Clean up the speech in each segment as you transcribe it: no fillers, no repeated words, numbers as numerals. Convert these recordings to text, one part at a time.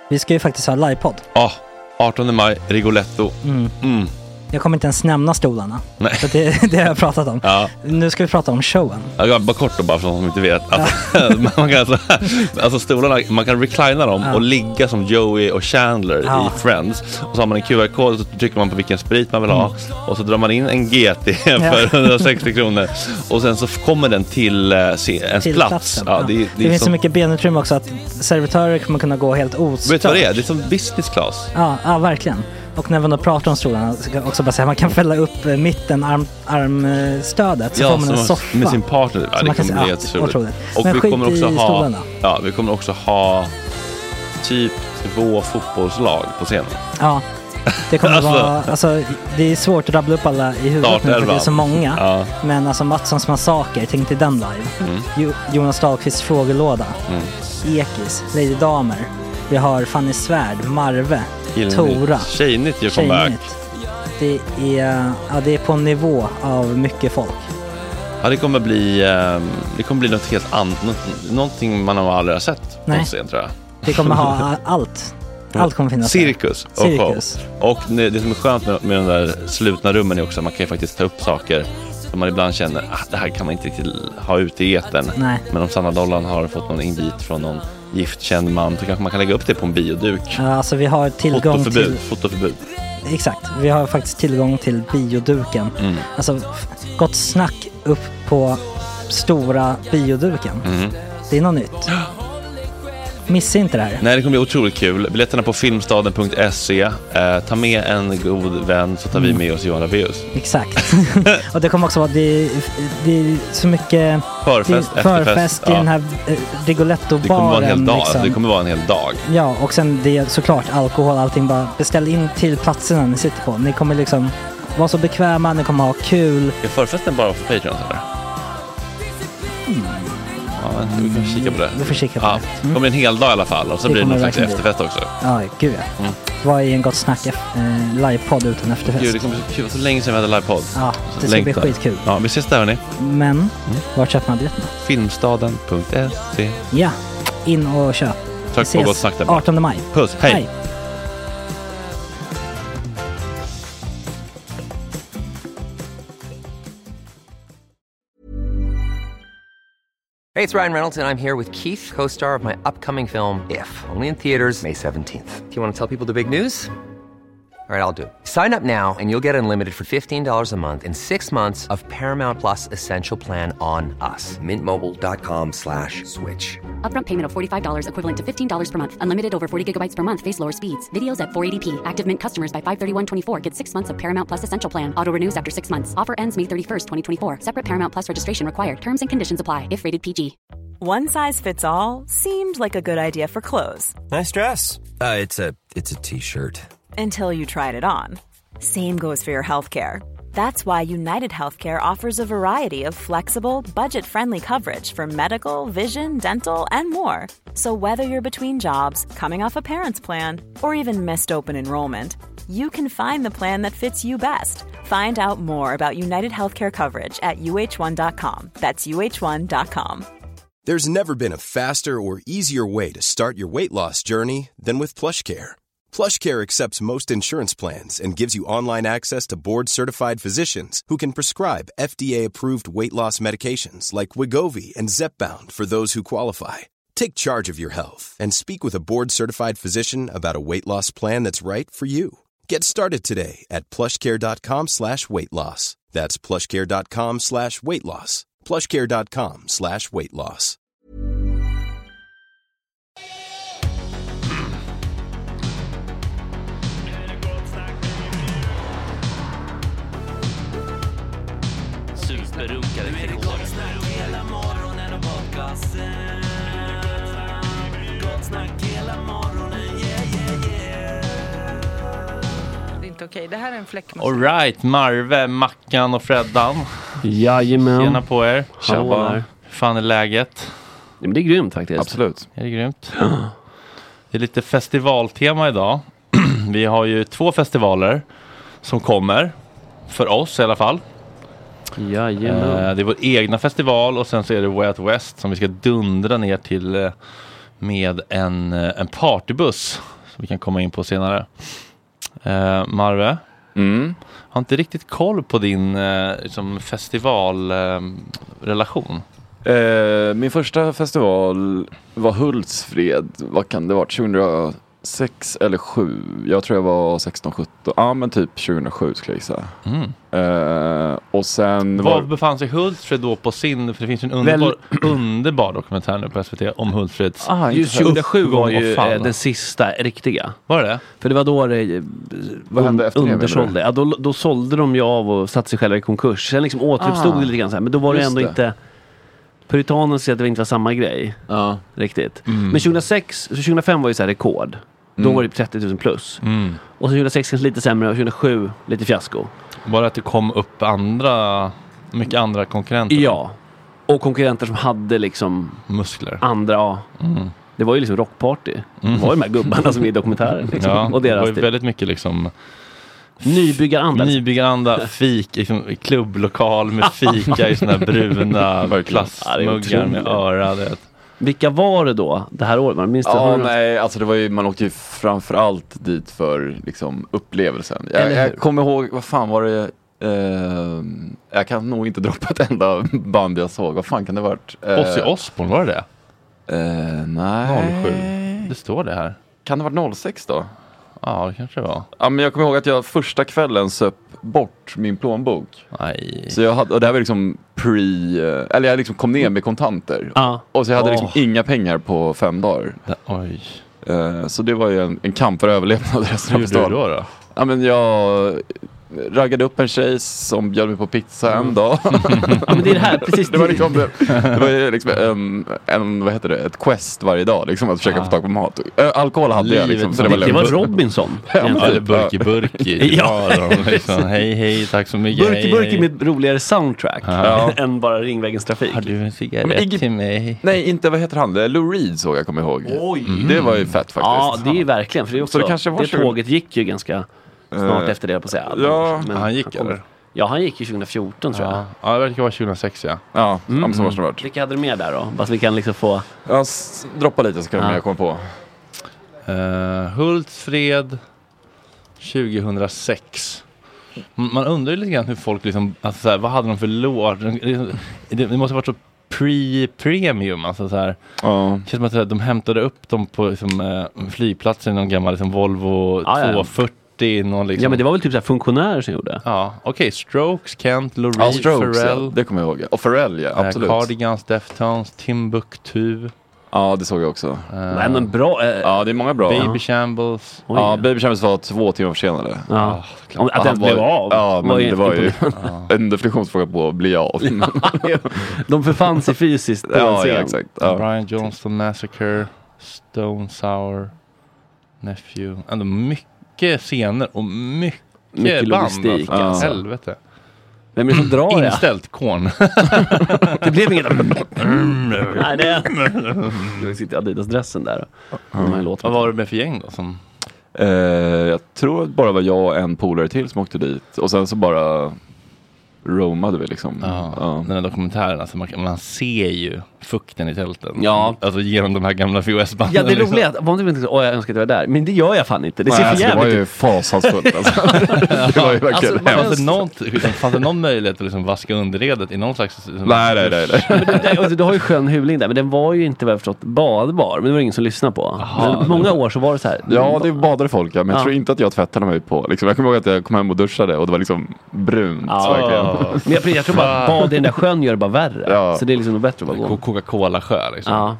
Vi ska ju faktiskt ha livepodd. Ja, 18 maj, Rigoletto. Jag kommer inte ens nämna stolarna. Nej. För det har jag pratat om. Ja. Nu ska vi prata om showen. Ja, bara kort då, bara för de som inte vet. Man kan alltså stolarna, man kan reclina dem och ligga som Joey och Chandler i Friends. Och så har man en QR-kod och så trycker man på vilken sprit man vill ha. Och så drar man in en GT för 160 kronor. Och sen så kommer den till ens plats. Ja, det finns så mycket benutrymme också att servitörer kommer kunna gå helt ostört. Vet du vad det är? Det är som business class. Ja, verkligen. Och när man då pratar om stolarna så kan också bara säga att man kan fälla upp mitten, armstödet så får man en soffa. Med sin partner. Ja, det kommer bli jätteroligt. Och men vi kommer också stolarna. vi kommer också ha typ 2 fotbollslag på scenen. Ja. Det kommer vara, alltså det är svårt att rabbla upp alla i huvudet nu för det är så många. Ja. Men alltså Mattssons massaker, tänk till den live. Jonas Dahlqvists frågelåda. Ekis, Lady Damer. Vi har Fanny Svärd, Marve, Tora. Tjejnytt gör comeback. Det är på en nivå av mycket folk. Ja, det kommer bli något helt annat. Någonting man har aldrig sett på scen, tror jag. Vi kommer ha allt. Allt kommer finnas. Cirkus. Och det som är skönt med de där slutna rummen är också att man kan ju faktiskt ta upp saker som man ibland känner det här kan man inte riktigt ha ute i etern. Nej. Men om Sanna Dollan har fått någon invit från någon giftkänd man så kanske man kan lägga upp det på en bioduk. Ja, alltså vi har tillgång Fotoförbud. Exakt, vi har faktiskt tillgång till bioduken. Alltså gott snack upp på stora bioduken. Det är något nytt. Missa inte det här. Nej, det kommer bli otroligt kul. Biljetterna på filmstaden.se. Ta med en god vän så tar vi med oss Johan Rabaeus. Exakt. Och det kommer också vara det är så mycket förfest i den här Rigoletto-baren. Det kommer vara en hel dag. Liksom. Det kommer vara en hel dag. Ja, och sen det är såklart alkohol, allting. Bara beställ in till platserna ni sitter på. Ni kommer liksom vara så bekväma, ni kommer ha kul. Är förfesten bara för Patreon eller? Ja, vi kan kika på det. Vi får kika på det. Det kommer en hel dag i alla fall. Och så blir det någon slags efterfest också. Ja, gud ja. Vad är en gott snack livepodd utan efterfest? Gud, det kommer bli så länge sedan vi hade livepodd. Ja, det ska bli skitkul. Ja, vi ses där hörni. Men, var köper man biljetterna? Filmstaden.se. Ja, in och köp. Tack på gott snack där. 18 maj. Puss, hej. Hey, it's Ryan Reynolds, and I'm here with Keith, co-star of my upcoming film, If, only in theaters May 17th. Do you want to tell people the big news? All right, I'll do it. Sign up now and you'll get unlimited for $15 a month and 6 months of Paramount Plus Essential Plan on us. MintMobile.com/switch. Upfront payment of $45 equivalent to $15 per month. Unlimited over 40 gigabytes per month. Face lower speeds. Videos at 480p. Active Mint customers by 531.24 get 6 months of Paramount Plus Essential Plan. Auto renews after 6 months. Offer ends May 31st, 2024. Separate Paramount Plus registration required. Terms and conditions apply if rated PG. One size fits all seemed like a good idea for clothes. Nice dress. It's a t-shirt. Until you tried it on. Same goes for your healthcare. That's why United Healthcare offers a variety of flexible, budget-friendly coverage for medical, vision, dental, and more. So whether you're between jobs, coming off a parent's plan, or even missed open enrollment, you can find the plan that fits you best. Find out more about United Healthcare coverage at uh1.com. That's uh1.com. There's never been a faster or easier way to start your weight loss journey than with PlushCare. PlushCare accepts most insurance plans and gives you online access to board-certified physicians who can prescribe FDA-approved weight loss medications like Wegovy and Zepbound for those who qualify. Take charge of your health and speak with a board-certified physician about a weight loss plan that's right for you. Get started today at plushcare.com/weightloss. That's plushcare.com/weightloss. plushcare.com/weightloss. Superrunkare till gott snack hela morgonen och podcasten. Gott snack hela morgonen, yeah. Det är inte okej, det här är en fläckmusik. All right, Marve, Mackan och Freddan. Jajamän. Tjena på er. Hallå där. Hur fan är läget? Ja, men det är grymt faktiskt. Absolut. Är det grymt? Det är lite festivaltema idag. Vi har ju 2 festivaler som kommer. För oss i alla fall. Jajamän. Det är vår egna festival och sen så är det Way Out West som vi ska dundra ner till med en partybuss som vi kan komma in på senare. Marve, har inte riktigt koll på din festivalrelation. Min första festival var Hultsfred. Vad kan det vara? 2006 eller 7. Jag tror jag var 16-17. Ja, men typ 2007 skulle jag säga. Och sen var befann sig Hultsfred då på sin... För det finns en underbar dokumentär nu på SVT om Hultsfreds... Just 2007 var ju den sista riktiga. Var det? För det var då det undersålde. Ja, då sålde de ju av och satte sig själva i konkurs. Sen liksom återuppstod det lite grann så här. Men då var det ändå inte... Puritanen säger att det inte var samma grej. Ja. Riktigt. Men 2005 var ju så här rekord. Då var det 30 000 plus. Och så 2006 kanske lite sämre och 2007 lite fiasko. Bara att det kom upp mycket andra konkurrenter. Ja. Och konkurrenter som hade liksom muskler. Andra, det var ju liksom rockparty. Det var ju de här gubbarna som är i dokumentären. Liksom. Ja, och deras det var ju väldigt mycket liksom... Nybyggaranda, fik, liksom, klubblokal med fika i såna bruna plastmuggar med öra. Vilka var det då det här året? Man minns nej, alltså det var ju, man åkte ju framförallt dit för liksom upplevelsen. Jag kommer ihåg, vad fan var det? Jag kan nog inte droppa ett enda band jag såg. Vad fan kan det ha varit? Ozzy Osbourne, var det? Nej. 07. Det står det här. Kan det ha varit 06 då? Ja, det kanske det var. Ja, men jag kommer ihåg att jag första kvällen söp bort min plånbok. Nej. Så jag hade, och det här var liksom eller jag liksom kom ner med kontanter. Och så jag hade liksom inga pengar på 5 dagar. Oj. Så det var ju en kamp för överlevnad resten av dagen. Hur gjorde du då? Ja, men jag raggade upp en tjej som bjöd mig på pizza en dag. Ja, men det är det här, precis. Det var liksom vad heter det? Ett quest varje dag, liksom, att försöka få tag på mat. Alkohol hade jag liksom, så det var Robinson. Eller Burki. Ja, liksom, hej, tack så mycket. Burki med roligare soundtrack än bara Ringvägens trafik. Har du en cigarett till mig? Nej, inte, vad heter han? Lou Reed såg jag, kommer ihåg. Det var ju fett faktiskt. Ja, det är ju verkligen, för det är också, det tåget gick ju ganska snart efter det på att säga. Ja, men han gick eller? Ja, han gick ju 2014 tror jag. Ja, det verkar vara 2006, ja. Ja, så var det varit. Vilka hade du med där då? Bara så vi kan liksom få... Ja, droppa lite så kan jag komma på. Hultsfred 2006. Man undrar ju lite grann hur folk liksom, alltså så här, vad hade de för låt? Det måste ha varit så premium, alltså så här. Det känns som att de hämtade upp dem på liksom, flygplatsen i någon gammal liksom, Volvo 240. Någon, liksom. Ja, men det var väl typ så här funktionärer som gjorde. Ja, okej. Strokes, Kent, Lou Reed, Pharrell. Det kommer jag ihåg. Och Pharrell, ja, absolut. Cardigans, Deftones, Timbuktu. Ja, det såg jag också. Men en bra... ja, det är många bra. Baby Shambles. Ja, Baby Shambles var 2 timmar försenade. Ja. Att den blev av. Ja, men det var ju en definitionsfråga på att bli av. De förfann sig fysiskt på en scen. Exakt. Brian Johnston Massacre, Stone Sour, Nephew. Ändå mycket scener och mycket logistik. Band. Alltså. Helvete. Vem är det som drar Inställt Korn. Det blev inget... Nej, det sitter Adidas-dressen där. Vad var det med för gäng då? Som... jag tror att bara var jag och en polare till som åkte dit. Och sen så bara romade vi liksom. Den här dokumentären, alltså man ser ju fukten i tälten. Ja. Alltså genom de här gamla VHS-banden. Ja, det är liksom. roligt. Jag önskar att jag var där. Men det gör jag fan inte. Det ser för jävligt. Det var ju fasansfullt. Alltså. Det var ju verkligen fanns det någon möjlighet att liksom vaska underredet i någon slags... Nej. Men du har ju skön huling där. Men den var ju inte, vad jag förstått, badbar. Men det var ingen som lyssnade på. Men många år så var det så här. Ja, det badade folk. Men jag tror inte att jag tvättade mig på. Liksom, jag kommer ihåg att jag kom hem och duschade. Och det var liksom brunt. Men jag tror bara bad i den där sjön gör det bara värre. Så det är liksom nog bättre att bara gå. Coca-Cola-sjö liksom. Ja.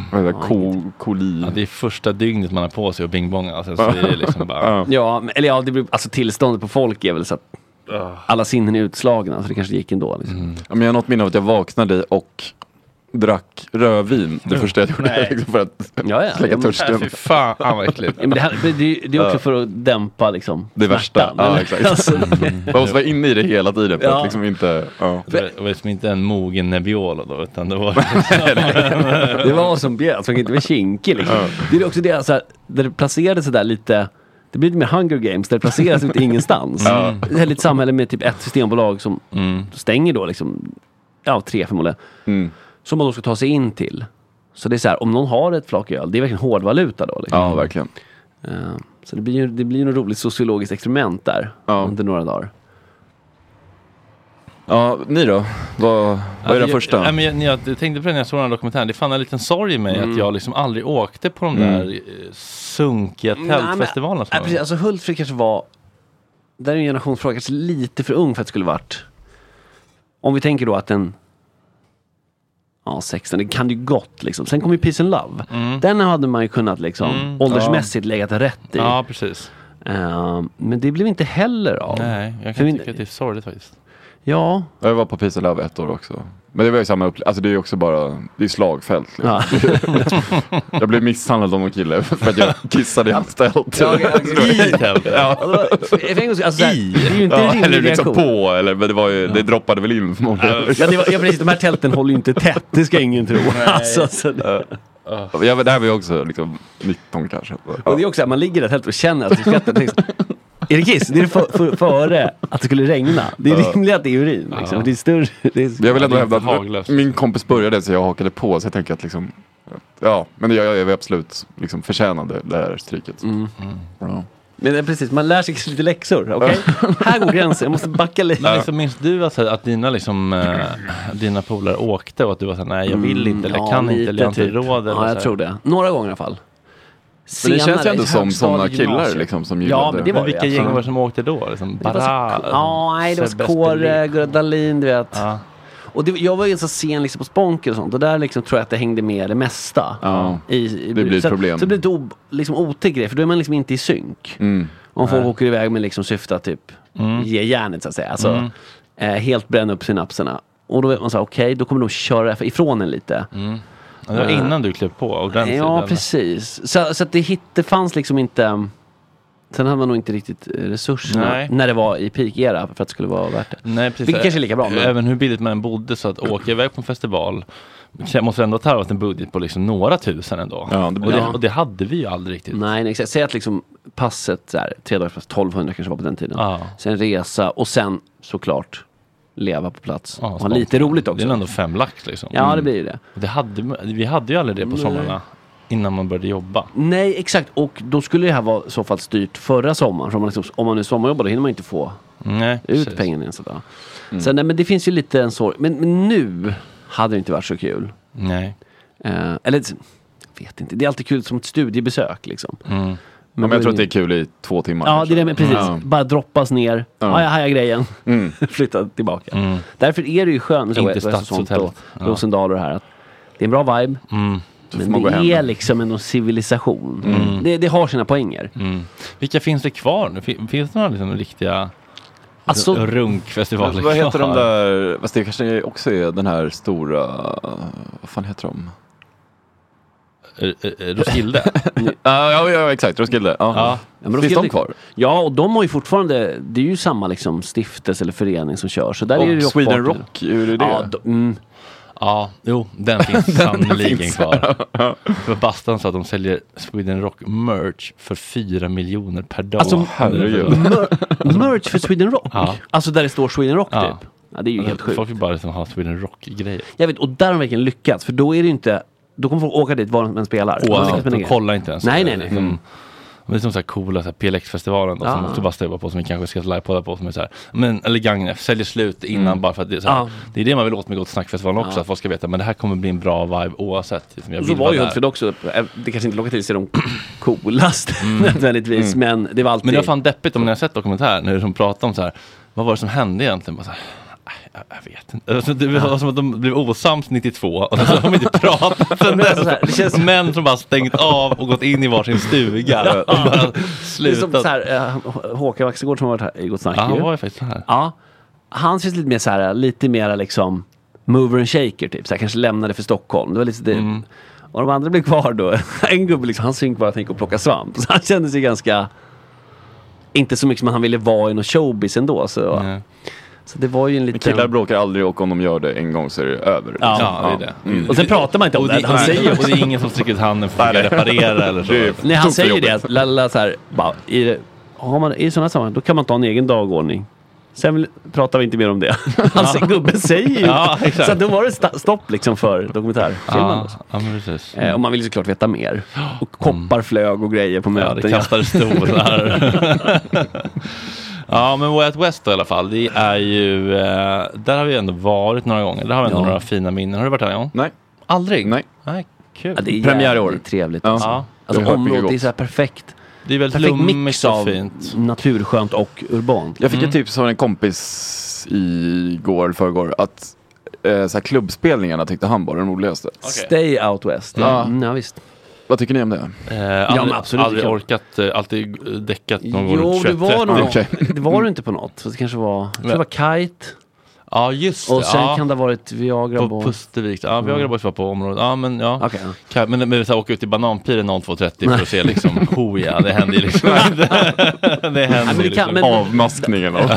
Det är första dygnet man har på sig och bingbonga. Alltså, så det är liksom bara... det blir, alltså tillståndet på folk är väl så att alla sinnen är utslagna. Så det kanske gick ändå. Liksom. Men jag har något minne av att jag vaknade och drack rödvin det första jag gjorde liksom för att släcka törsten. Fy fan, vad äckligt. Men det är också för att dämpa liksom det värsta. Ja, exakt. Man måste vara inne i det hela tiden för att liksom inte... Det var liksom inte en mogen Nebbiolo då, utan det var... det var som bjöd, så inte var kinkig liksom. Det är också det, alltså, där det placerade sig där lite... Det blir lite mer Hunger Games, där det placeras inte ingenstans. Det är lite samhälle med typ ett systembolag som stänger då liksom 3 förmodligen. Som man då ska ta sig in till. Så det är så här, om någon har ett flak öl, det är verkligen hårdvaluta då. Liksom. Ja, verkligen. Så det blir ju något roligt sociologiskt experiment där under några dagar. Ja, ni då? Vad är det första? Jag tänkte på det när jag såg den här dokumentären. Det fann en liten sorg i mig att jag liksom aldrig åkte på de där sunkiga tältfestivalerna. Precis, alltså Hultsfred kanske var, där är en generationsfråga, kanske lite för ung för att det skulle varit. Om vi tänker då att 16, det kan ju gott liksom. Sen kom ju Peace and Love. Den hade man ju kunnat liksom åldersmässigt läggat rätt i. Ja, precis. Men det blev inte heller av. Nej, jag kan tycka att det är sorgligt faktiskt. Ja. Jag var på Peace and Love 1 år också. Men det var ju samma alltså det är ju också bara, det är slagfält liksom. Jag blev misshandlad av en kille för att jag kissade i hans tält. Det är ju inte en rimlig eller liksom reaktion. på, eller men det var ju, det droppade väl in förmodligen. Precis, de här tälten håller ju inte tätt, det ska ingen tro. Det här var ju också liksom 19 kanske. Och det är också att man ligger där helt och känner att det skrattar liksom. Är det kiss? Det är före att det skulle regna. Det är rimligt att det är urin liksom. Det är större. Jag vill ändå hävda att min kompis började så jag hakade på, så jag tänker att liksom men jag är absolut liksom förtjänande det här stryket. Bra. Men det är precis, man lär sig lite läxor, okej? Här går gränsen, jag måste backa lite. Men liksom, minns du att dina liksom dina polare åkte och att du var såhär, nej jag vill inte eller kan inte eller jag har inte råd? Ja, jag tror det. Några gånger i alla fall. Men det känns ju ändå som sådana killar liksom, som gillade. Ja, men det var vilka gäng var det som åkte då? Liksom, det var Kåre, Gurra Dahlin, du vet. Ja. Och jag var ju så sen liksom på Sponker och sånt. Och där liksom tror jag att det hängde med det mesta. Ja, det blir ett problem. Så det blir lite liksom otäck grej, för då är man liksom inte i synk. Om folk åker iväg med liksom syfte att typ ge järnet så att säga. Alltså, helt bränna upp synapserna. Och då vet man så okej, då kommer de köra ifrån en lite. Det var innan du klev på ordentligt. Ja, precis. Så att det fanns liksom inte. Sen hade man nog inte riktigt resurserna när det var i peak-era för att det skulle vara värt det. Nej, precis. Vilket kanske är lika bra. Men... Även hur billigt man bodde, så att åka iväg på en festival måste ändå ta en budget på liksom några tusen ändå. Ja, och det hade vi ju aldrig riktigt. Nej, exakt. Säg att liksom passet så här, 3 dagar pass, 1200 kanske var på den tiden. Sen resa och sen såklart leva på plats. Och ha lite roligt också. Det är ändå 5 lax liksom. Ja, det blir det. Vi hade ju aldrig det på sommarna. Innan man började jobba. Nej, exakt. Och då skulle det här vara i så fall styrt förra sommaren. Så om man nu sommarjobbar, då hinner man inte få ut pengarna ens. Så nej, men det finns ju lite en sorg. Men nu hade det inte varit så kul. Nej. Eller, jag vet inte. Det är alltid kul som ett studiebesök liksom. Men jag tror att det är kul i 2 timmar. Ja, det är det, precis. Bara droppas ner. Haja grejen. Flytta tillbaka. Därför är det ju skönt. Inte Stadshotell. Rosendal och det här. Att det är en bra vibe. Men det är liksom en civilisation. Det har sina poänger. Vilka finns det kvar nu? Finns det några liksom riktiga runkfestivaler? Vad heter de där? Fast det kanske också är den här stora... Vad fan heter de? Roskilde. Ja, exakt. Roskilde. Ja. Men finns de kvar? Ja, och de har ju fortfarande... Det är ju samma liksom stiftelse eller förening som kör. Så där är det Sweden Rock, hur är det? Ja, den finns sannoliken kvar. För Bastan sa att de säljer Sweden Rock merch för 4 miljoner per dag. Alltså, merch för Sweden Rock? Ja. Alltså där det står Sweden Rock typ? Ja, det är ju helt sjukt. Folk vill bara liksom ha Sweden Rock-grejer. Jag vet, och där har de verkligen lyckats. För då är det ju inte... Då kommer folk åka dit var man spelar. De kollar inte ens. Nej. Det är som så här coola så här PLX-festivalen som också bara stävar på, som vi kanske ska livepodda på, som är så här, eller Gagnef säljer slut innan bara för att det är så här, det är det man vill åt med Gott Snack-festivalen också, att folk ska veta, men det här kommer bli en bra vibe oavsett. Liksom, jag så var ju Hultsfred också, det kanske inte lockar till sig de coolaste nödvändigtvis, men det var alltid... Men det var fan deppigt om ni har sett dokumentär när de pratar om så här, vad var det som hände egentligen? Bara så här, jag vet inte. Alltså, det var som att de blev osams 92 och så har de inte pratat sen dess. Det känns... Män som bara stängt av och gått in i varsin stuga och bara slutat. Det är som så här, Håkan Waxegård som har varit här i Gott Snack. Ja, han var ju faktiskt här. Ja, han känns lite mer så här, lite mer liksom mover and shaker typ. Så här, kanske lämnade för Stockholm. Det var lite det. Och de andra blev kvar då. En gubbe liksom, han synk bara tänka och plocka svamp. Så han kände sig ganska, inte så mycket som han ville vara i någon showbiz ändå. Så så det var ju en liten... Killar bråkar aldrig, och om de gör det en gång så är det över. Ja, det är det. Och sen pratar man inte om det. Han säger och det är ingen som sticker ut handen för att reparera eller så. Nej, han säger det. Lalla så här, bara, är det sådana sammanhang, då kan man ta en egen dagordning. Sen pratar vi inte mer om det. Alltså gubben säger ju. Så då var det stopp liksom för dokumentärfilmen. Ja, men precis. Och man vill såklart veta mer. Och koppar flög och grejer på möten. Det kastade stolar. Ja, men Way Out West då, i alla fall. Det är ju... där har vi ändå varit några gånger. Där har vi ändå några fina minnen. Har du varit här en gång? Nej. Aldrig? Nej. Kul. Ja, det är premiär i år. Trevligt. Ja. Alltså området är så här perfekt. Det är väldigt mix av fint. Naturskönt och urbant. Jag fick ett tips av en kompis igår eller förrgår att så här, klubbspelningarna tyckte han var den roligaste. Okay. Stay Out West. Ja, visst. Vad tycker ni om det? Aldrig orkat, alltid däckat någon gång. Jo, det var nog. Det var det inte på något. Så det kanske var, det var Kite. Ja, just det. Och sen kan det ha varit Viagra på Pustervik. Ja, Viagra Boys var på området. Ja, men ja. Okay. Men så åka ut till Bananpiren 02.30 för att se liksom, det händer ju liksom. Det händer ju liksom. Avmaskningen av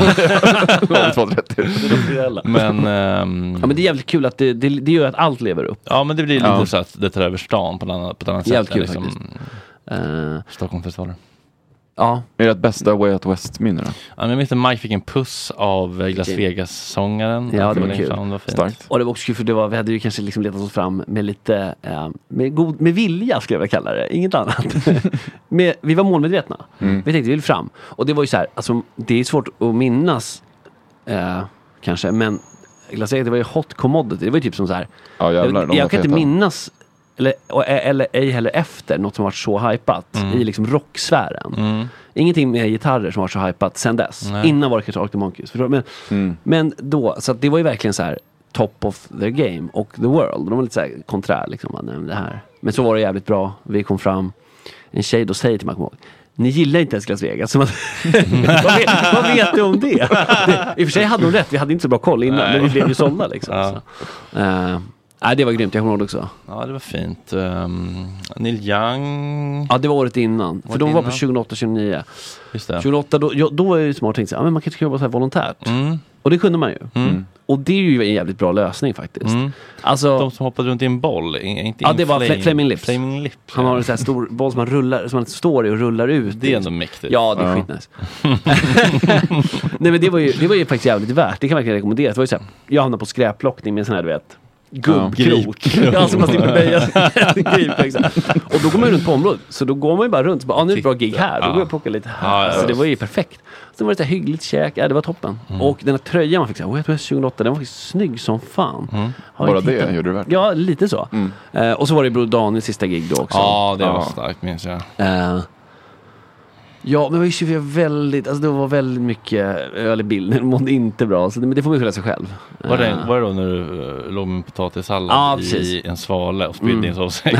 02.30. Men det är jävligt kul att det gör att allt lever upp. Ja, men det blir lite så att det tar över stan på ett annat sätt. Jävligt kul liksom, faktiskt. Stockholmsfestivaler. Ja. Är det ett bästa Way Out West-minne då? Ja, jag minns att Mike fick en puss av Las Vegas-sångaren. Ja, det var kul. Det var starkt. Och det var också kul för vi hade ju kanske liksom letat oss fram med lite med vilja, skulle jag vilja kalla det. Inget annat. Vi var målmedvetna. Vi tänkte vi vill fram. Och det var ju så här, alltså, det är svårt att minnas kanske, men Las Vegas, det var ju hot commodity. Det var ju typ som så här. Ja, jävlar, jag kan inte minnas eller ej heller efter något som varit så hypat i liksom rocksfären. Ingenting med gitarrer som varit så hypat sen dess. Nej. Innan var det kanske Arctic Monkeys. Men då, så att det var ju verkligen så här top of the game och the world. De var lite så här konträr liksom, det här. Men så var det jävligt bra. Vi kom fram, en tjej då säger till mig, ni gillar inte ens Las Vegas. Vad vet du om det? I och för sig hade hon rätt, vi hade inte så bra koll innan. Men vi blev ju sålda liksom. Ja. Nej, det var grymt, jag kommer ihåg också. Ja, det var fint. Neil Young... Ja, det var året innan. För de var på 2008-2009. Just det. 2008, då var det smart tänkt sig, men man kan inte jobba så här volontärt. Och det kunde man ju. Och det är ju en jävligt bra lösning faktiskt. Alltså, de som hoppade runt i en boll. Det var Flaming Lips. Han har en sån här stor boll som man rullar, som man står i och rullar ut. Det är ändå mäktigt. Ja, det är skitnice. Nej, men det var ju faktiskt jävligt värt. Det kan man verkligen rekommendera. Det var ju så här, jag hamnade på skräpplockning med en sån här, du vet, gubbkrok. Alltså man slipper böja sig. Och då går man runt på området. Så då går man ju bara runt. Så nu är det ett bra gig här. Då går jag och plockar lite här. Så det var ju perfekt. Sen var det så här hyggligt käk. Ja, det var toppen. Och den här tröjan man fick så här, 2008, den var faktiskt snygg som fan. Bara det gjorde du värt. Ja, lite så. Och så var det Bror Daniels sista gig då också. Ja, det var starkt, minns jag. Ja, men det var ju väldigt, alltså det var väldigt mycket öl i bilden, mådde inte bra, så men det får man skylla sig själv. Var det då när du låg med potatissallad i en svale och spydde in sovsäck?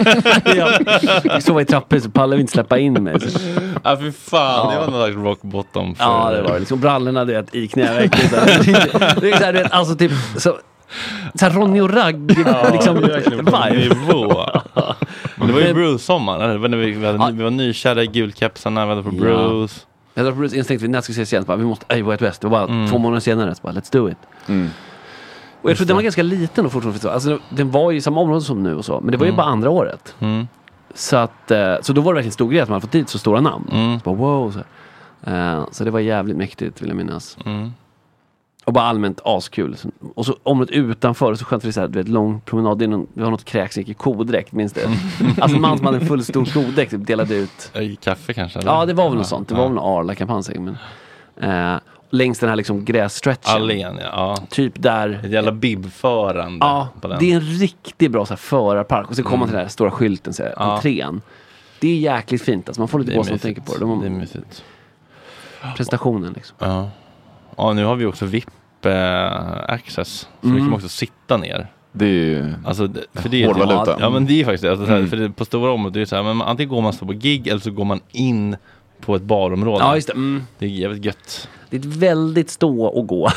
Jag sov i trappor så pallade vi inte släppa in mig. Ja, fy fan, det var någon slags rock bottom. Ja, det var det. Liksom brallorna i knävecket. Det är så här, vet, alltså typ så här Ronny och Ragg liksom nivå. Men det var ju Bruce-sommar. Vi var nykära i gulkepsarna. Vi hade på Bruce. Jag hade på Bruce instinkt när jag skulle se igen. Vi måste Way Out West. Det var bara 2 månader senare. Så bara, let's do it. Och jag tror den var ganska liten och fortfarande. Alltså, den var i samma område som nu och så. Men det var ju bara andra året. Så då var det verkligen stor grej att man hade fått dit så stora namn. Så bara, wow. Så det var jävligt mäktigt, vill jag minnas. Och bara allmänt askul. Och så området utanför så skönt vi så här, du vet, lång promenad. Vi har något kräks i kodräkt, minns det? Alltså en man som hade en full stor kodräkt delade ut. Kaffe kanske? Eller? Ja, det var väl något sånt. Det var väl en Arla-kampanj. Men längs den här liksom grässtretchen. Allén, ja. Typ där. Ett jävla bibförande. Ja, på den. Det är en riktigt bra så här, förarpark. Och så kommer man till den här stora skylten, så här, entrén. Det är jäkligt fint. Alltså, man får lite gås som tänker på det. Det är mysigt. Prestationen liksom. Ja. Ja, nu har vi också VIP access. Så vi kan också sitta ner. Det är ju alltså, för det är hårdvaluta. Ja, men det är faktiskt det. Alltså, för det, på stora områden det är så här, men antingen går man så på gig eller så går man in på ett barområde. Ja, just det. Det är jävligt gött. Det är ett väldigt stå och gå.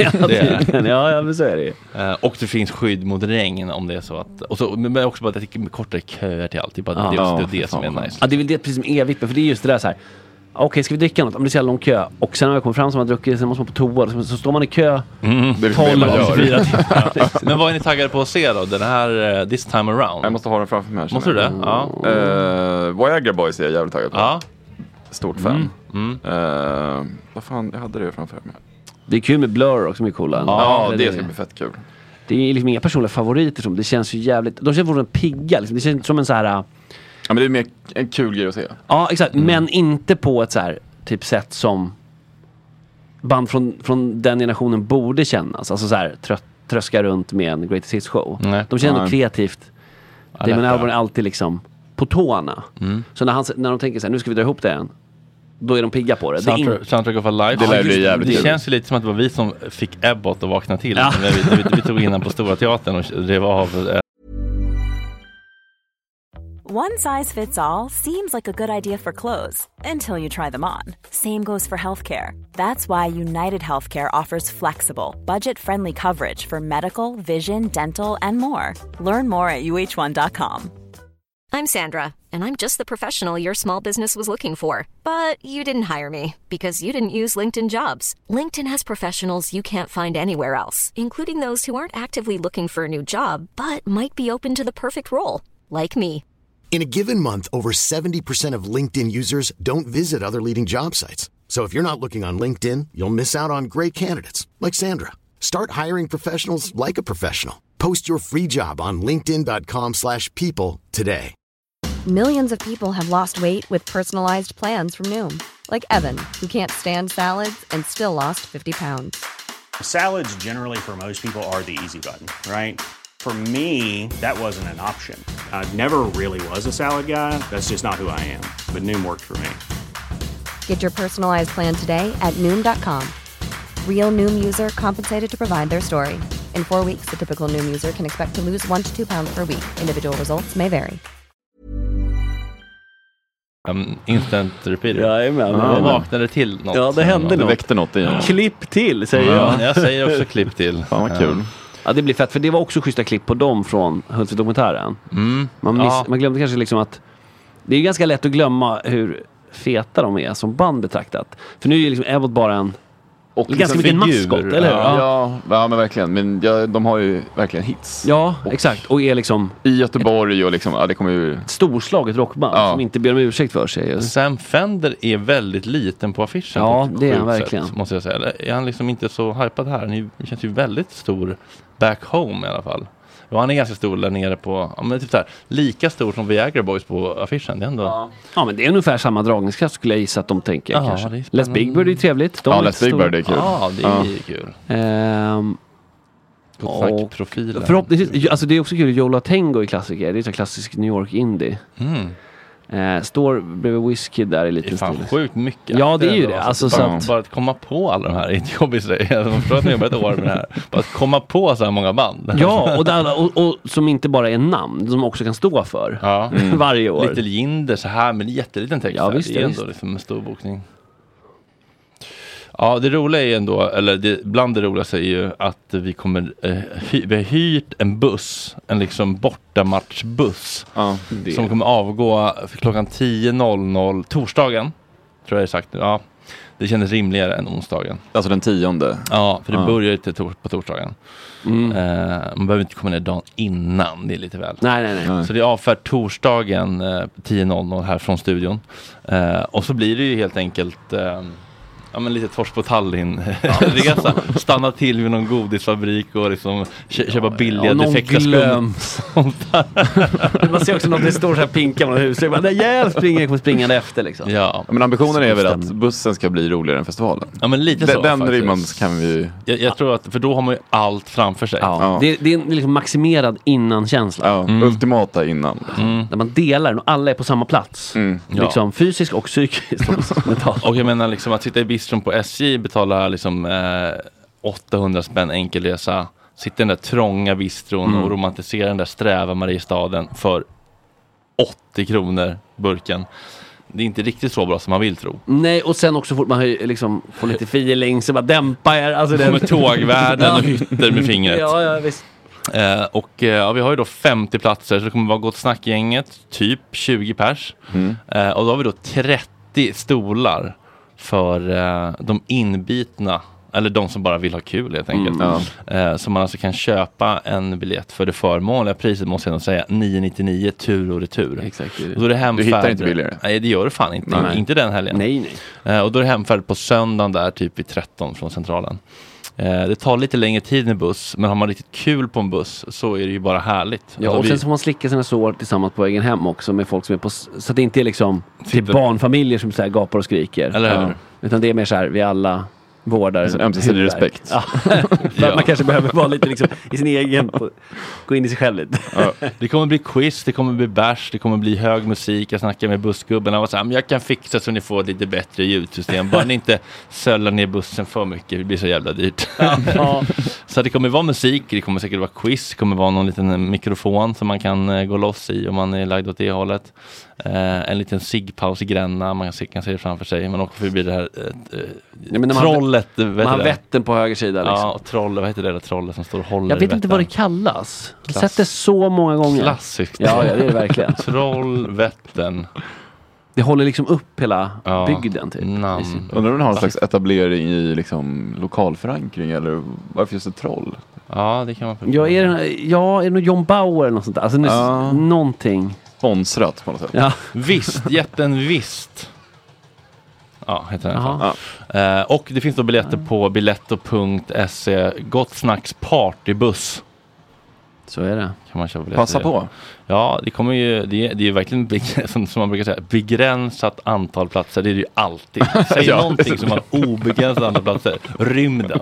Ja, men så är det ju. Och det finns skydd mot regn om det är så att... Och så, men också bara att det är kortare köer till allt. Det är det som är nice. Ja, det är väl det precis som e-vippen. För det är just det där så här. Okej, ska vi dricka något? Om det är så lång kö. Och sen när jag kommer fram så har man druckit, sen måste man på toa. Så står man i kö 12-24 timmar. Men vad är ni taggade på att se då? Den här This Time Around? Jag måste ha den framför mig. Måste du det? Ja. Viagra Boys är jag jävligt taggad på. Ja. Stort fan. Vad fan, jag hade det framför mig. Det är kul med Blur också, som är coola. Ja, det ska bli fett kul. Det är liksom inga personliga favoriter som. Det känns ju jävligt. De känns fortfarande pigga liksom. Det känns som en så här. Ja, men det är mer en kul grej att se. Ja, exakt. Men inte på ett så här typ sätt som band från den generationen borde kännas. Alltså så här tröska runt med en Greatest Hits show. De känner ändå kreativt. Damon Albarn är alltid liksom på tårna. Så när de tänker så här, nu ska vi dra ihop det igen. Då är de pigga på det. Soundtrack of a Life. Det känns ju lite som att det var vi som fick Ebbot att vakna till. När vi tog in på Stora Teatern och det var av... One size fits all seems like a good idea for clothes until you try them on. Same goes for healthcare. That's why United Healthcare offers flexible, budget-friendly coverage for medical, vision, dental, and more. Learn more at uh1.com. I'm Sandra, and I'm just the professional your small business was looking for. But you didn't hire me because you didn't use LinkedIn Jobs. LinkedIn has professionals you can't find anywhere else, including those who aren't actively looking for a new job, but might be open to the perfect role, like me. In a given month, over 70% of LinkedIn users don't visit other leading job sites. So if you're not looking on LinkedIn, you'll miss out on great candidates like Sandra. Start hiring professionals like a professional. Post your free job on linkedin.com/people today. Millions of people have lost weight with personalized plans from Noom. Like Evan, who can't stand salads and still lost 50 pounds. Salads generally for most people are the easy button, right? For me, that wasn't an option. I never really was a salad guy. That's just not who I am. But Noom worked for me. Get your personalized plan today at Noom.com. Real Noom user compensated to provide their story. In 4 weeks, the typical Noom user can expect to lose 1 to 2 pounds per week. Individual results may vary. Instant repeat. Jag vaknade till något. Ja, det hände något. Det väckte något igen. Klipp till, säger jag. Jag säger också klipp till. Fan vad kul. Ja, det blir fett, för det var också schyssta klipp på dem från Hultsfred-dokumentären. Man glömde kanske liksom att det är ganska lätt att glömma hur feta de är som band betraktat. För nu är ju liksom Ebbot bara en ganska mycket en maskot, eller hur? Ja, men verkligen. Men de har ju verkligen hits. Ja, exakt. Och är liksom i Göteborg och liksom, det kommer ju storslaget rockband som inte ber om ursäkt för sig. Sam Fender är väldigt liten på affischen. Ja, det är han verkligen. Sätt, måste jag säga. Eller är han liksom inte så hypad här? Han känns ju väldigt stor back home i alla fall. Och han är ganska stor där nere på, men typ så här, lika stor som Viagra Boys på affischen. Det är ändå... Ja, men det är ungefär samma dragningskraft skulle jag gissa att de tänker kanske. Les Big Bird är trevligt. Les Big Bird är kul. Ja, det är kul. Och profiler. Förhoppningsvis, alltså det är också kul. Yola Tango är klassiker. Det är en klassisk New York indie. Står bredvid Whiskey där i liten stil. Det är fan sjukt mycket. Ja, det är ju det. Alltså, bara att komma på alla de här är inte jobbigt. Man förstår att man jobbar ett år med det här. Bara att komma på så här många band. Ja, och som inte bara är namn. Som också kan stå för varje år. Little Jinder så här med jätteliten text. Ja, visst, det är ändå liksom en stor bokning. Ja, det roliga är ändå, eller bland det roligaste är ju att vi kommer vi har hyrt en buss, en liksom bortamatchbuss som kommer avgå klockan 10.00 torsdagen, tror jag är sagt. Ja, det kändes rimligare än onsdagen. Alltså den 10:e? Ja, för det börjar ju på torsdagen. Man behöver inte komma ner dagen innan, det är lite väl. Nej. Så det är avfärd torsdagen 10.00 här från studion. Och så blir det ju helt enkelt... Ja, men lite torsk på Tallinn resa. Stanna till vid någon godisfabrik och liksom köpa billiga defekta skum. Man ser också något det står så här pinka med huset. Man kommer springande efter liksom. Ja. Men ambitionen är väl att bussen ska bli roligare än festivalen. Ja, men lite så. Den rimman kan vi... Jag tror att, för då har man ju allt framför sig. Ja. Det är en liksom maximerad innan-känsla. Ultimata innan. Där man delar och alla är på samma plats. Liksom fysiskt och psykiskt. Och jag menar liksom att sitta i bistron på SJ betalar liksom 800 spänn enkelresa, sitta i den där trånga bistron och romantisera den där sträva Mariestaden för 80 kronor burken. Det är inte riktigt så bra som man vill tro. Nej, och sen också fort man liksom får lite feeling så bara dämpa er. Alltså det kommer tågvärden och hytter med fingret. Ja, visst. Och vi har ju då 50 platser, så det kommer vara Gott snack-gänget, typ 20 pers. Och då har vi då 30 stolar för de inbitna Eller de som bara vill ha kul helt enkelt. Så man alltså kan köpa en biljett för det förmånliga priset, måste jag nog säga, 999 tur och retur. Exakt. Och då är det hemfärd. Du hittar inte billigare. Nej, det gör du fan inte. Nej. Inte den helgen. Nej. Och då är det hemfärd på söndagen där, typ vid 13 från centralen. Det tar lite längre tid med buss, men har man riktigt kul på en buss så är det ju bara härligt. Ja, alltså och sen får man slicka sina sår tillsammans på vägen hem också med folk som är på, så att det inte är liksom till barnfamiljer som så här gapar och skriker. Eller hur? Utan det är mer så här, vi alla vårdar. Alltså, ömsesidig respekt. Ja. För att man kanske behöver vara lite liksom i sin egen, gå in i sig själv lite. Det kommer bli quiz, det kommer bli bärs, det kommer bli hög musik. Jag snackar med bussgubben och var så här, men jag kan fixa så ni får ett lite bättre ljudsystem. Bara ni inte söllar ner bussen för mycket, det blir så jävla dyrt. Så det kommer vara musik, det kommer säkert vara quiz, det kommer vara någon liten mikrofon som man kan gå loss i om man är lagd åt det hållet. En liten ciggpaus i Gränna, man kan se det framför sig. Man åker förbi det här trollet. Man har Vättern på höger sida liksom. Ja, och trollet, vad heter det där trollet som står och håller? Jag vet inte vad det kallas. Jag har sett det så många gånger. Klassiskt. Ja, det är det verkligen. Troll, Vättern. Det håller liksom upp hela bygden typ. Undrar om det har en slags etablering i liksom lokalförankring, eller varför just ett troll? Ja, det kan man förstå. Ja, är det nog John Bauer eller något sånt där? Alltså någonting. Sponsrat på något sätt. Ja. Visst, jätten visst. Ja, heter den. Och det finns då biljetter på biletto.se. Gott snacks partybuss. Så är det. Kan man köpa Passa på. Ja, det kommer ju, det är ju verkligen som man brukar säga, begränsat antal platser. Det är det ju alltid. Säg någonting som har obegränsat antal platser. Rymden.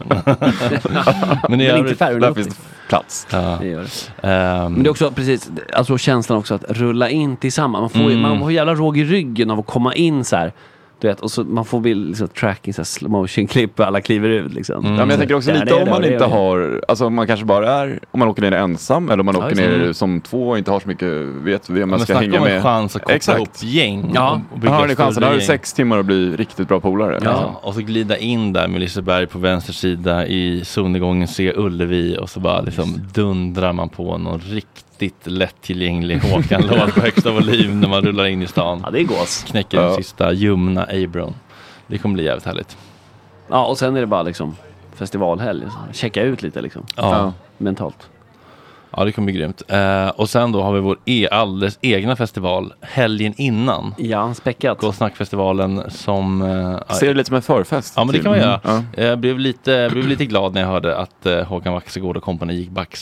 Men inte färre. Där finns plats. Ja. Det gör det. Men det är också precis, alltså känslan också att rulla in tillsammans. Man får jävla råg i ryggen av att komma in så här. Du vet, och så man får liksom tracking, så här slow motion klipp och alla kliver ut liksom. Ja, men jag tänker också lite om man inte har, alltså man kanske bara är, om man åker ner ensam eller om man åker ner som två och inte har så mycket, vet vem man ska hänga med. En chans att koppla ihop gäng. Ja, har ni chansen, har du 6 timmar att bli riktigt bra polare. Ja, och så glida in där med Liseberg på vänster sida i solnedgången, se Ullevi och så bara liksom dundrar man på någon riktigt lättillgänglig Håkan-låt på högsta volym när man rullar in i stan. Ja, det är gås. Knäcker den sista ljumna Abron. Det kommer bli jävligt härligt. Ja, och sen är det bara liksom festivalhelg. Checka ut lite liksom. Ja. Mentalt. Ja, det kommer bli grymt. Och sen då har vi vår alldeles egna festival helgen innan. Ja, späckat. Gå snackfestivalen som... Ser det lite som en förfest? Ja, men det kan man göra. Jag blev lite glad när jag hörde att Håkan Waxegård och kompani gick back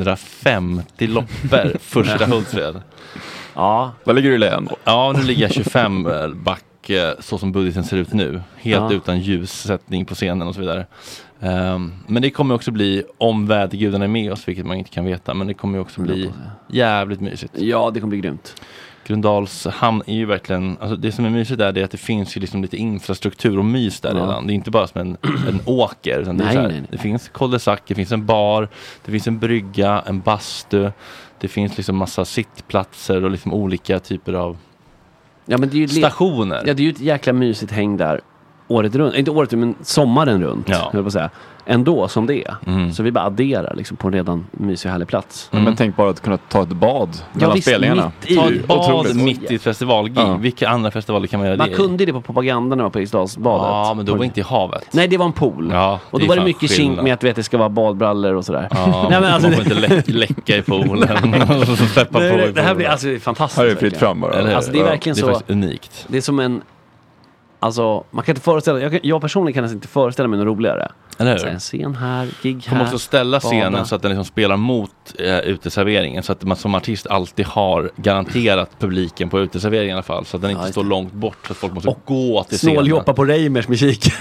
650 loppor första Hultsfred. Ja. Vad ligger du i län? Ja, nu ligger jag 25 back så som budgeten ser ut nu. Helt utan ljussättning på scenen och så vidare. Men det kommer också bli, om vädergudarna är med oss, vilket man inte kan veta, men det kommer också bli jävligt mysigt. Ja, det kommer bli grymt. Grundals hamn är ju verkligen, alltså det som är mysigt där är att det finns ju liksom lite infrastruktur och mys där redan. Det är inte bara som en åker, utan det är så här, det finns cul-de-sac, det finns en bar, det finns en brygga, en bastu, det finns liksom massa sittplatser och liksom olika typer av men det är ju stationer. Ja, det är ju ett jäkla mysigt häng där året runt, inte året men sommaren runt, höll på att säga. Ändå som det är. Så vi bara adderar liksom på en redan mysig härlig plats. Men tänk bara att kunna ta ett bad mellan spelningarna. Ta ett bad mitt i ett festivalgig. Vilka andra festivaler kan man göra det? Man kunde det på propagandan när man var på Eriksdalsbadet. Ja, men då var inte i havet. Nej, det var en pool. Ja, och då var det mycket kink med att det ska vara badbrallor och sådär. Ja, nej, men alltså, man får inte läcka i poolen. Släppa på i poolen. Det här blir alltså fantastiskt. Här är fritt fram bara. Alltså, det är verkligen så. Det är faktiskt unikt. Det är som en... Alltså, man kan inte föreställa... Jag personligen kan inte föreställa mig något roligare. Eller hur? En scen här, gig här. Man måste ställa scenen så att den liksom spelar mot uteserveringen. Så att man som artist alltid har garanterat publiken på uteserveringen i alla fall. Så att den inte står långt bort. Så att folk måste gå till scenen. Snåljoppa på Reimers med kik.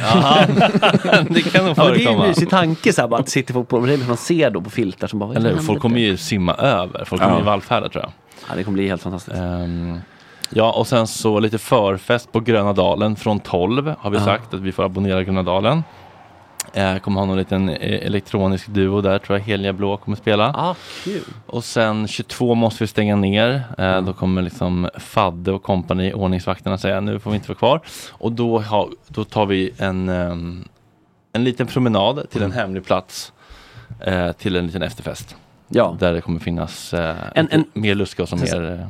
Det kan nog förekomma. Det är ju en mysig tanke så här, bara att sitter folk på Reimers. Man ser då på filtar som bara... Eller folk kommer ju simma över. Folk kommer ju vallfärda, tror jag. Ja, det kommer bli helt fantastiskt. Ja, och sen så lite förfest på Gröna Dalen från 12 har vi sagt att vi får abonnera Gröna Dalen. Kommer ha någon liten elektronisk duo där, tror jag Helia Blå kommer spela. Kul. Och sen 22 måste vi stänga ner. Då kommer liksom Fadde och kompani, ordningsvakterna, säga nu får vi inte vara kvar. Och då tar vi en liten promenad till en hemlig plats till en liten efterfest. Ja. Där det kommer finnas mer luska och som mer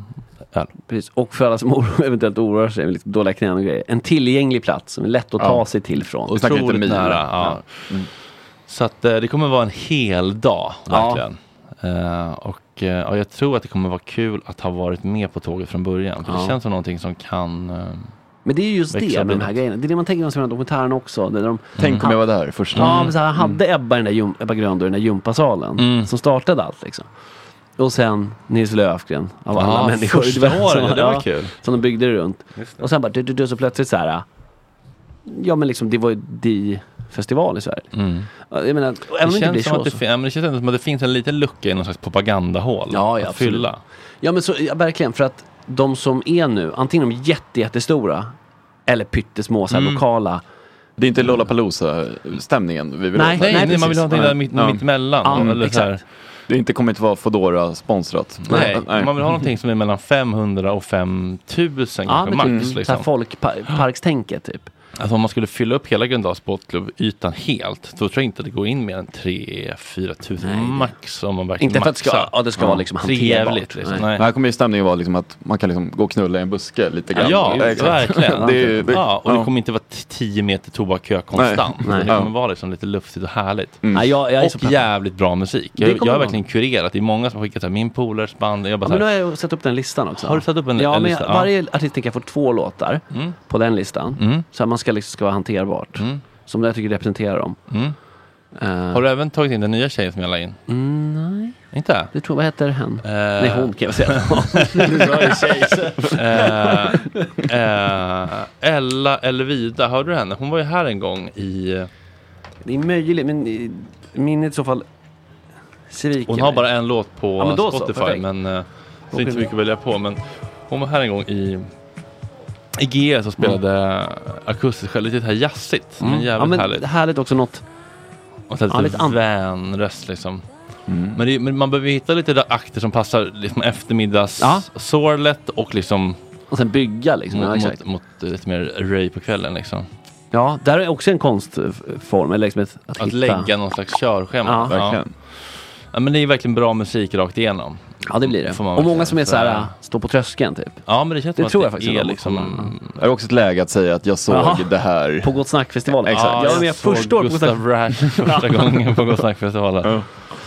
öl. Precis. Och för alla som eventuellt oroar sig med liksom dåliga knän och grejer. En tillgänglig plats som är lätt att ta sig till från. Otroligt nära. Ja. Så att det kommer vara en hel dag, verkligen. Och jag tror att det kommer vara kul att ha varit med på tåget från början. För det känns som någonting som kan... Men det är just det med de här grejerna. Det är det man tänker om som dokumentären också. Där Tänk om jag var där först. Ja, men så här, hade Ebba Gröndor i den där gympasalen som startade allt liksom. Och sen Nils Löfgren av alla människor. Det var kul. Som de byggde det runt. Och sen bara, så plötsligt så här... Ja, men liksom, det var ju festival i Sverige. Jag menar, det känns som att det finns en liten lucka i någon slags propagandahål att fylla. Ja, men så, verkligen, för att de som är nu, antingen de är jättestora eller pyttesmå, så här, lokala. Det är inte Lollapalooza-stämningen vi vill ha. Nej, man vill ha någonting där mitt emellan. Ja, eller exakt. Så här. Det kommer inte vara Fodora sponsrat. Nej, man vill ha någonting som är mellan 500 och 5000 kanske max. Så här folkparkstänket typ. Alltså om man skulle fylla upp hela Gröndals sportklubb-ytan helt, då tror jag inte det går in mer än 3-4 tusen max om man verkligen inte för att det ska vara liksom hanterbart. Liksom. Nej. Här kommer ju stämningen vara liksom att man kan liksom gå och knulla i en buske lite grann. Ja, verkligen. Och det kommer inte vara 10 meter tobakkö konstant. Det kommer vara liksom lite luftigt och härligt. Och jävligt bra musik. Jag har verkligen kurerat. Det är många som har skickat min polers band. Men nu har jag satt upp den listan också. Har du satt upp en lista? Varje artist kan få 2 låtar på den listan. Så man ska vara hanterbart. Som jag tycker representerar dem. Har du även tagit in den nya tjejen som jag la in? Nej. Inte? Det tror jag heter hen. Nej, hon kan jag säga. Ella Elvida, hörde du henne? Hon var ju här en gång i... Det är möjligt, men minnet i så fall hon har bara en låt på Spotify, men så inte så mycket att välja på. Men hon var här en gång i GS och spelade akustiskt själv, lite här jazzigt, men jävligt härligt. Härligt också något. Och så lite vänröst liksom. Men man behöver hitta lite akter som passar liksom eftermiddags-sorlet och liksom... Och sen bygga liksom. Mot lite mer röj på kvällen liksom. Ja, där är också en konstform. Eller liksom att lägga någon slags körschema. Verkligen. Ja, men det är verkligen bra musik rakt igenom. Ja, det blir det. Och många som är så här, står på tröskeln typ. Ja, men det känns som tror jag att faktiskt är liksom... Det är också ett läge att säga att jag såg det här på Gott Snack-festivalen. Exakt. Ja, men jag förstår Gustav Rash första gången på Gott Snack-festivalen.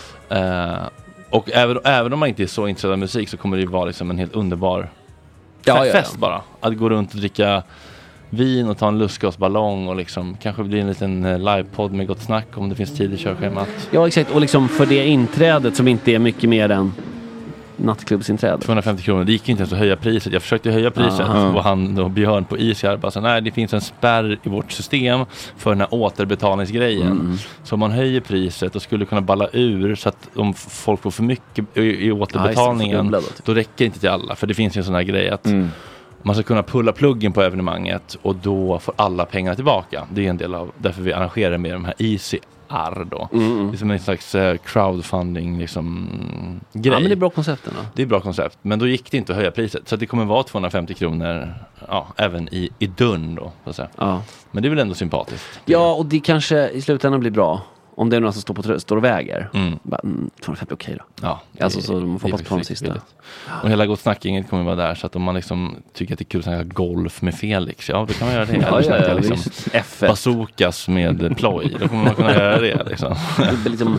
Och även om man inte är så intresserad av musik så kommer det ju vara liksom en helt underbar fest bara. Att gå runt och dricka vin och ta en lustgasballong och liksom kanske bli en liten livepodd med Gott Snack om det finns tid i körschemat. Ja, exakt. Och liksom för det inträdet som inte är mycket mer än nattklubbsinträde. 250 kronor. Det gick inte ens att höja priset. Jag försökte höja priset och han och Björn på Isjärv bara så, nej, det finns en spärr i vårt system för den här återbetalningsgrejen. Så om man höjer priset och skulle kunna balla ur så att om folk får för mycket i återbetalningen då räcker det inte till alla. För det finns ju en sån här grej att man ska kunna pulla pluggen på evenemanget och då får alla pengar tillbaka. Det är en del av därför vi arrangerar med de här ECR då. Det är som en slags crowdfunding liksom, grej. Ja, men det är bra koncept då. Det är bra koncept. Men då gick det inte att höja priset. Så det kommer vara 250 kronor även i dörren då. Så att säga. Ja. Men det är väl ändå sympatiskt. Ja, och det kanske i slutändan blir bra. Om det är någon som står och väger. 250 okej då. Ja, alltså så man får hoppas på den sista. Och hela Gott Snack-inget kommer vara där. Så att om man liksom tycker att det är kul att snacka golf med Felix, då kan man göra det. Eller snacka liksom bazookas med ploj. Då kommer man kunna göra det liksom. Det blir liksom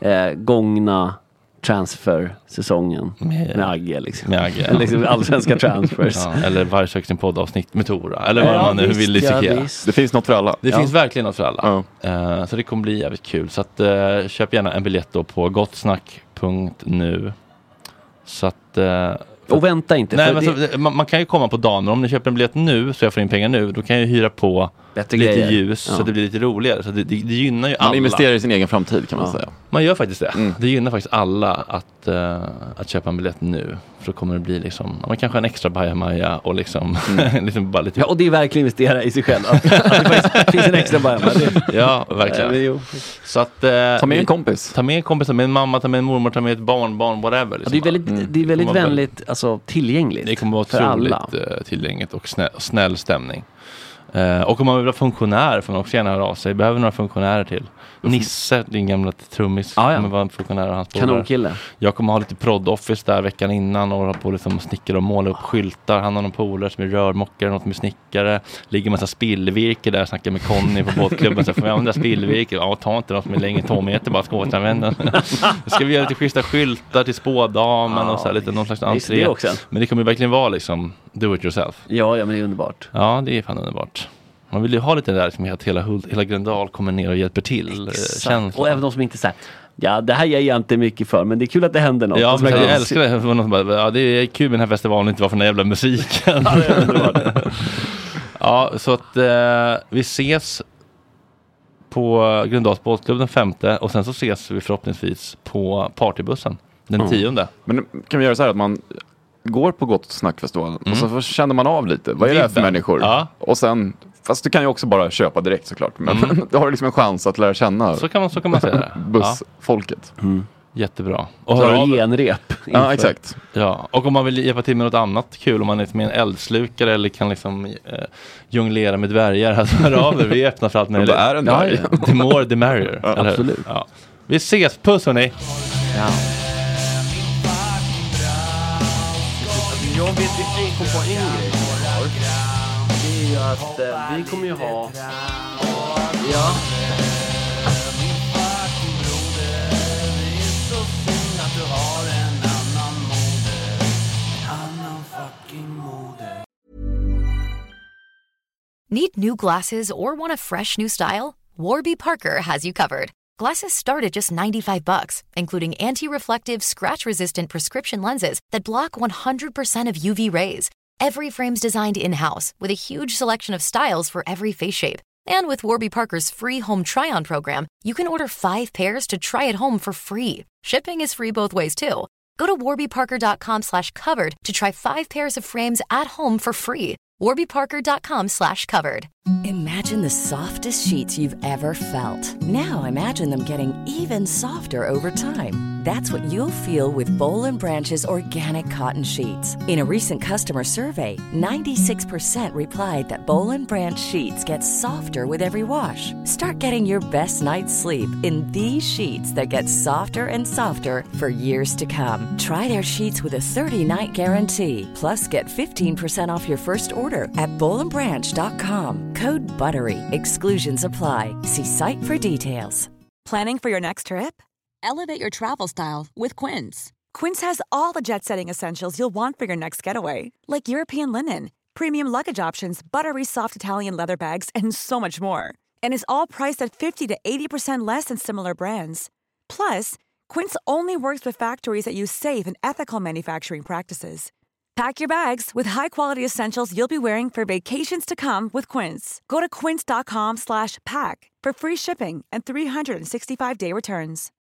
gångna transfer-säsongen med Agge liksom. Med Agge, eller liksom allsvenska transfers. Eller varje söks en poddavsnitt med Tora. Eller vad man nu vill dissekera. Det finns något för alla. Det finns verkligen något för alla. Så det kommer bli jävligt kul. Så att köp gärna en biljett då på gottsnack.nu. Så att... och vänta inte. Nej, men man kan ju komma på dagen. Men om ni köper en biljett nu så jag får in pengar nu. Då kan jag hyra på bättre lite grejer. Ljus så att det blir lite roligare. Så det gynnar ju alla. Man investerar i sin egen framtid kan man säga. Man gör faktiskt det. Det gynnar faktiskt alla att köpa en biljett nu. För då kommer det bli liksom, man kanske en extra bajamaja och liksom, liksom bara lite... Ja, och det är verkligen investera i sig själv. Att det finns en extra bajamaja. Ja, verkligen. Så att... ta med en kompis. Ta med en kompis, ta med en mamma, ta med en mormor, ta med ett barn, whatever. Liksom. Ja, det är väldigt vänligt, alltså tillgängligt. Det kommer vara otroligt tillgängligt och snäll stämning. Och om man vill vara funktionär får man också gärna höra av sig. Behöver några funktionärer till. Nisse, din gamla trummis, kommer vara en funktionär och hans polare. Kanonkille. Jag kommer ha lite prod-office där veckan innan och hålla på liksom snickra och måla upp skyltar. Han har någon polare som är rörmockare, något med snickare. Ligger en massa spillvirke där, snackar med Conny på båtklubben. Så får jag använda spillvirke. Ja, ta inte något som är längre 2 meter, bara ska återanvända. Ska vi göra lite schyssta skyltar till spådamen och så här, lite någon slags entré. Men det kommer verkligen vara liksom do it yourself. Ja, men det är underbart. Ja, det är fan underbart. Man vill ju ha lite där som att hela Gröndal kommer ner och hjälper till. Och även de som inte säger, ja, det här ger jag inte mycket för, men det är kul att det händer något. Ja, men jag älskar det. Ja, det är kul med den här festivalen, inte vara för den jävla musiken. Ja, så att vi ses på Gröndals båtklubb den 5:e och sen så ses vi förhoppningsvis på partybussen den 10:e. Men kan vi göra så här att man går på Gott Snackfestivalen och så känner man av lite. Vad är det här för människor? Ja. Och sen, fast du kan ju också bara köpa direkt såklart. Men du har liksom en chans att lära känna. Så kan man säga det. Bussfolket. Jätterbra. Och ha genrep. Ja, exakt. Ja, och om man vill hjälpa till med något annat kul, om man är med en eldslukare eller kan liksom jonglera med dvärgar, alltså hör av er. Vi är öppna för allt möjligt. Det är en dvärg. The more the merrier. Ja, absolut. Ja. Vi ses, puss hörni. Ja. Jag vet inte på en grej det är ju att vi kommer ju ha Need new glasses or want a fresh new style? Warby Parker has you covered. Glasses start at just $95, including anti-reflective, scratch-resistant prescription lenses that block 100% of UV rays. Every frame's designed in-house with a huge selection of styles for every face shape. And with Warby Parker's free home try-on program, you can order 5 pairs to try at home for free. Shipping is free both ways, too. Go to warbyparker.com/covered to try 5 pairs of frames at home for free. warbyparker.com/covered. Imagine the softest sheets you've ever felt. Now imagine them getting even softer over time. That's what you'll feel with Boll & Branch's organic cotton sheets. In a recent customer survey, 96% replied that Boll & Branch sheets get softer with every wash. Start getting your best night's sleep in these sheets that get softer and softer for years to come. Try their sheets with a 30-night guarantee. Plus, get 15% off your first order at bollandbranch.com. Code BUTTERY. Exclusions apply. See site for details. Planning for your next trip? Elevate your travel style with Quince. Quince has all the jet-setting essentials you'll want for your next getaway, like European linen, premium luggage options, buttery soft Italian leather bags, and so much more. And is all priced at 50 to 80% less than similar brands. Plus, Quince only works with factories that use safe and ethical manufacturing practices. Pack your bags with high-quality essentials you'll be wearing for vacations to come with Quince. Go to quince.com/pack for free shipping and 365-day returns.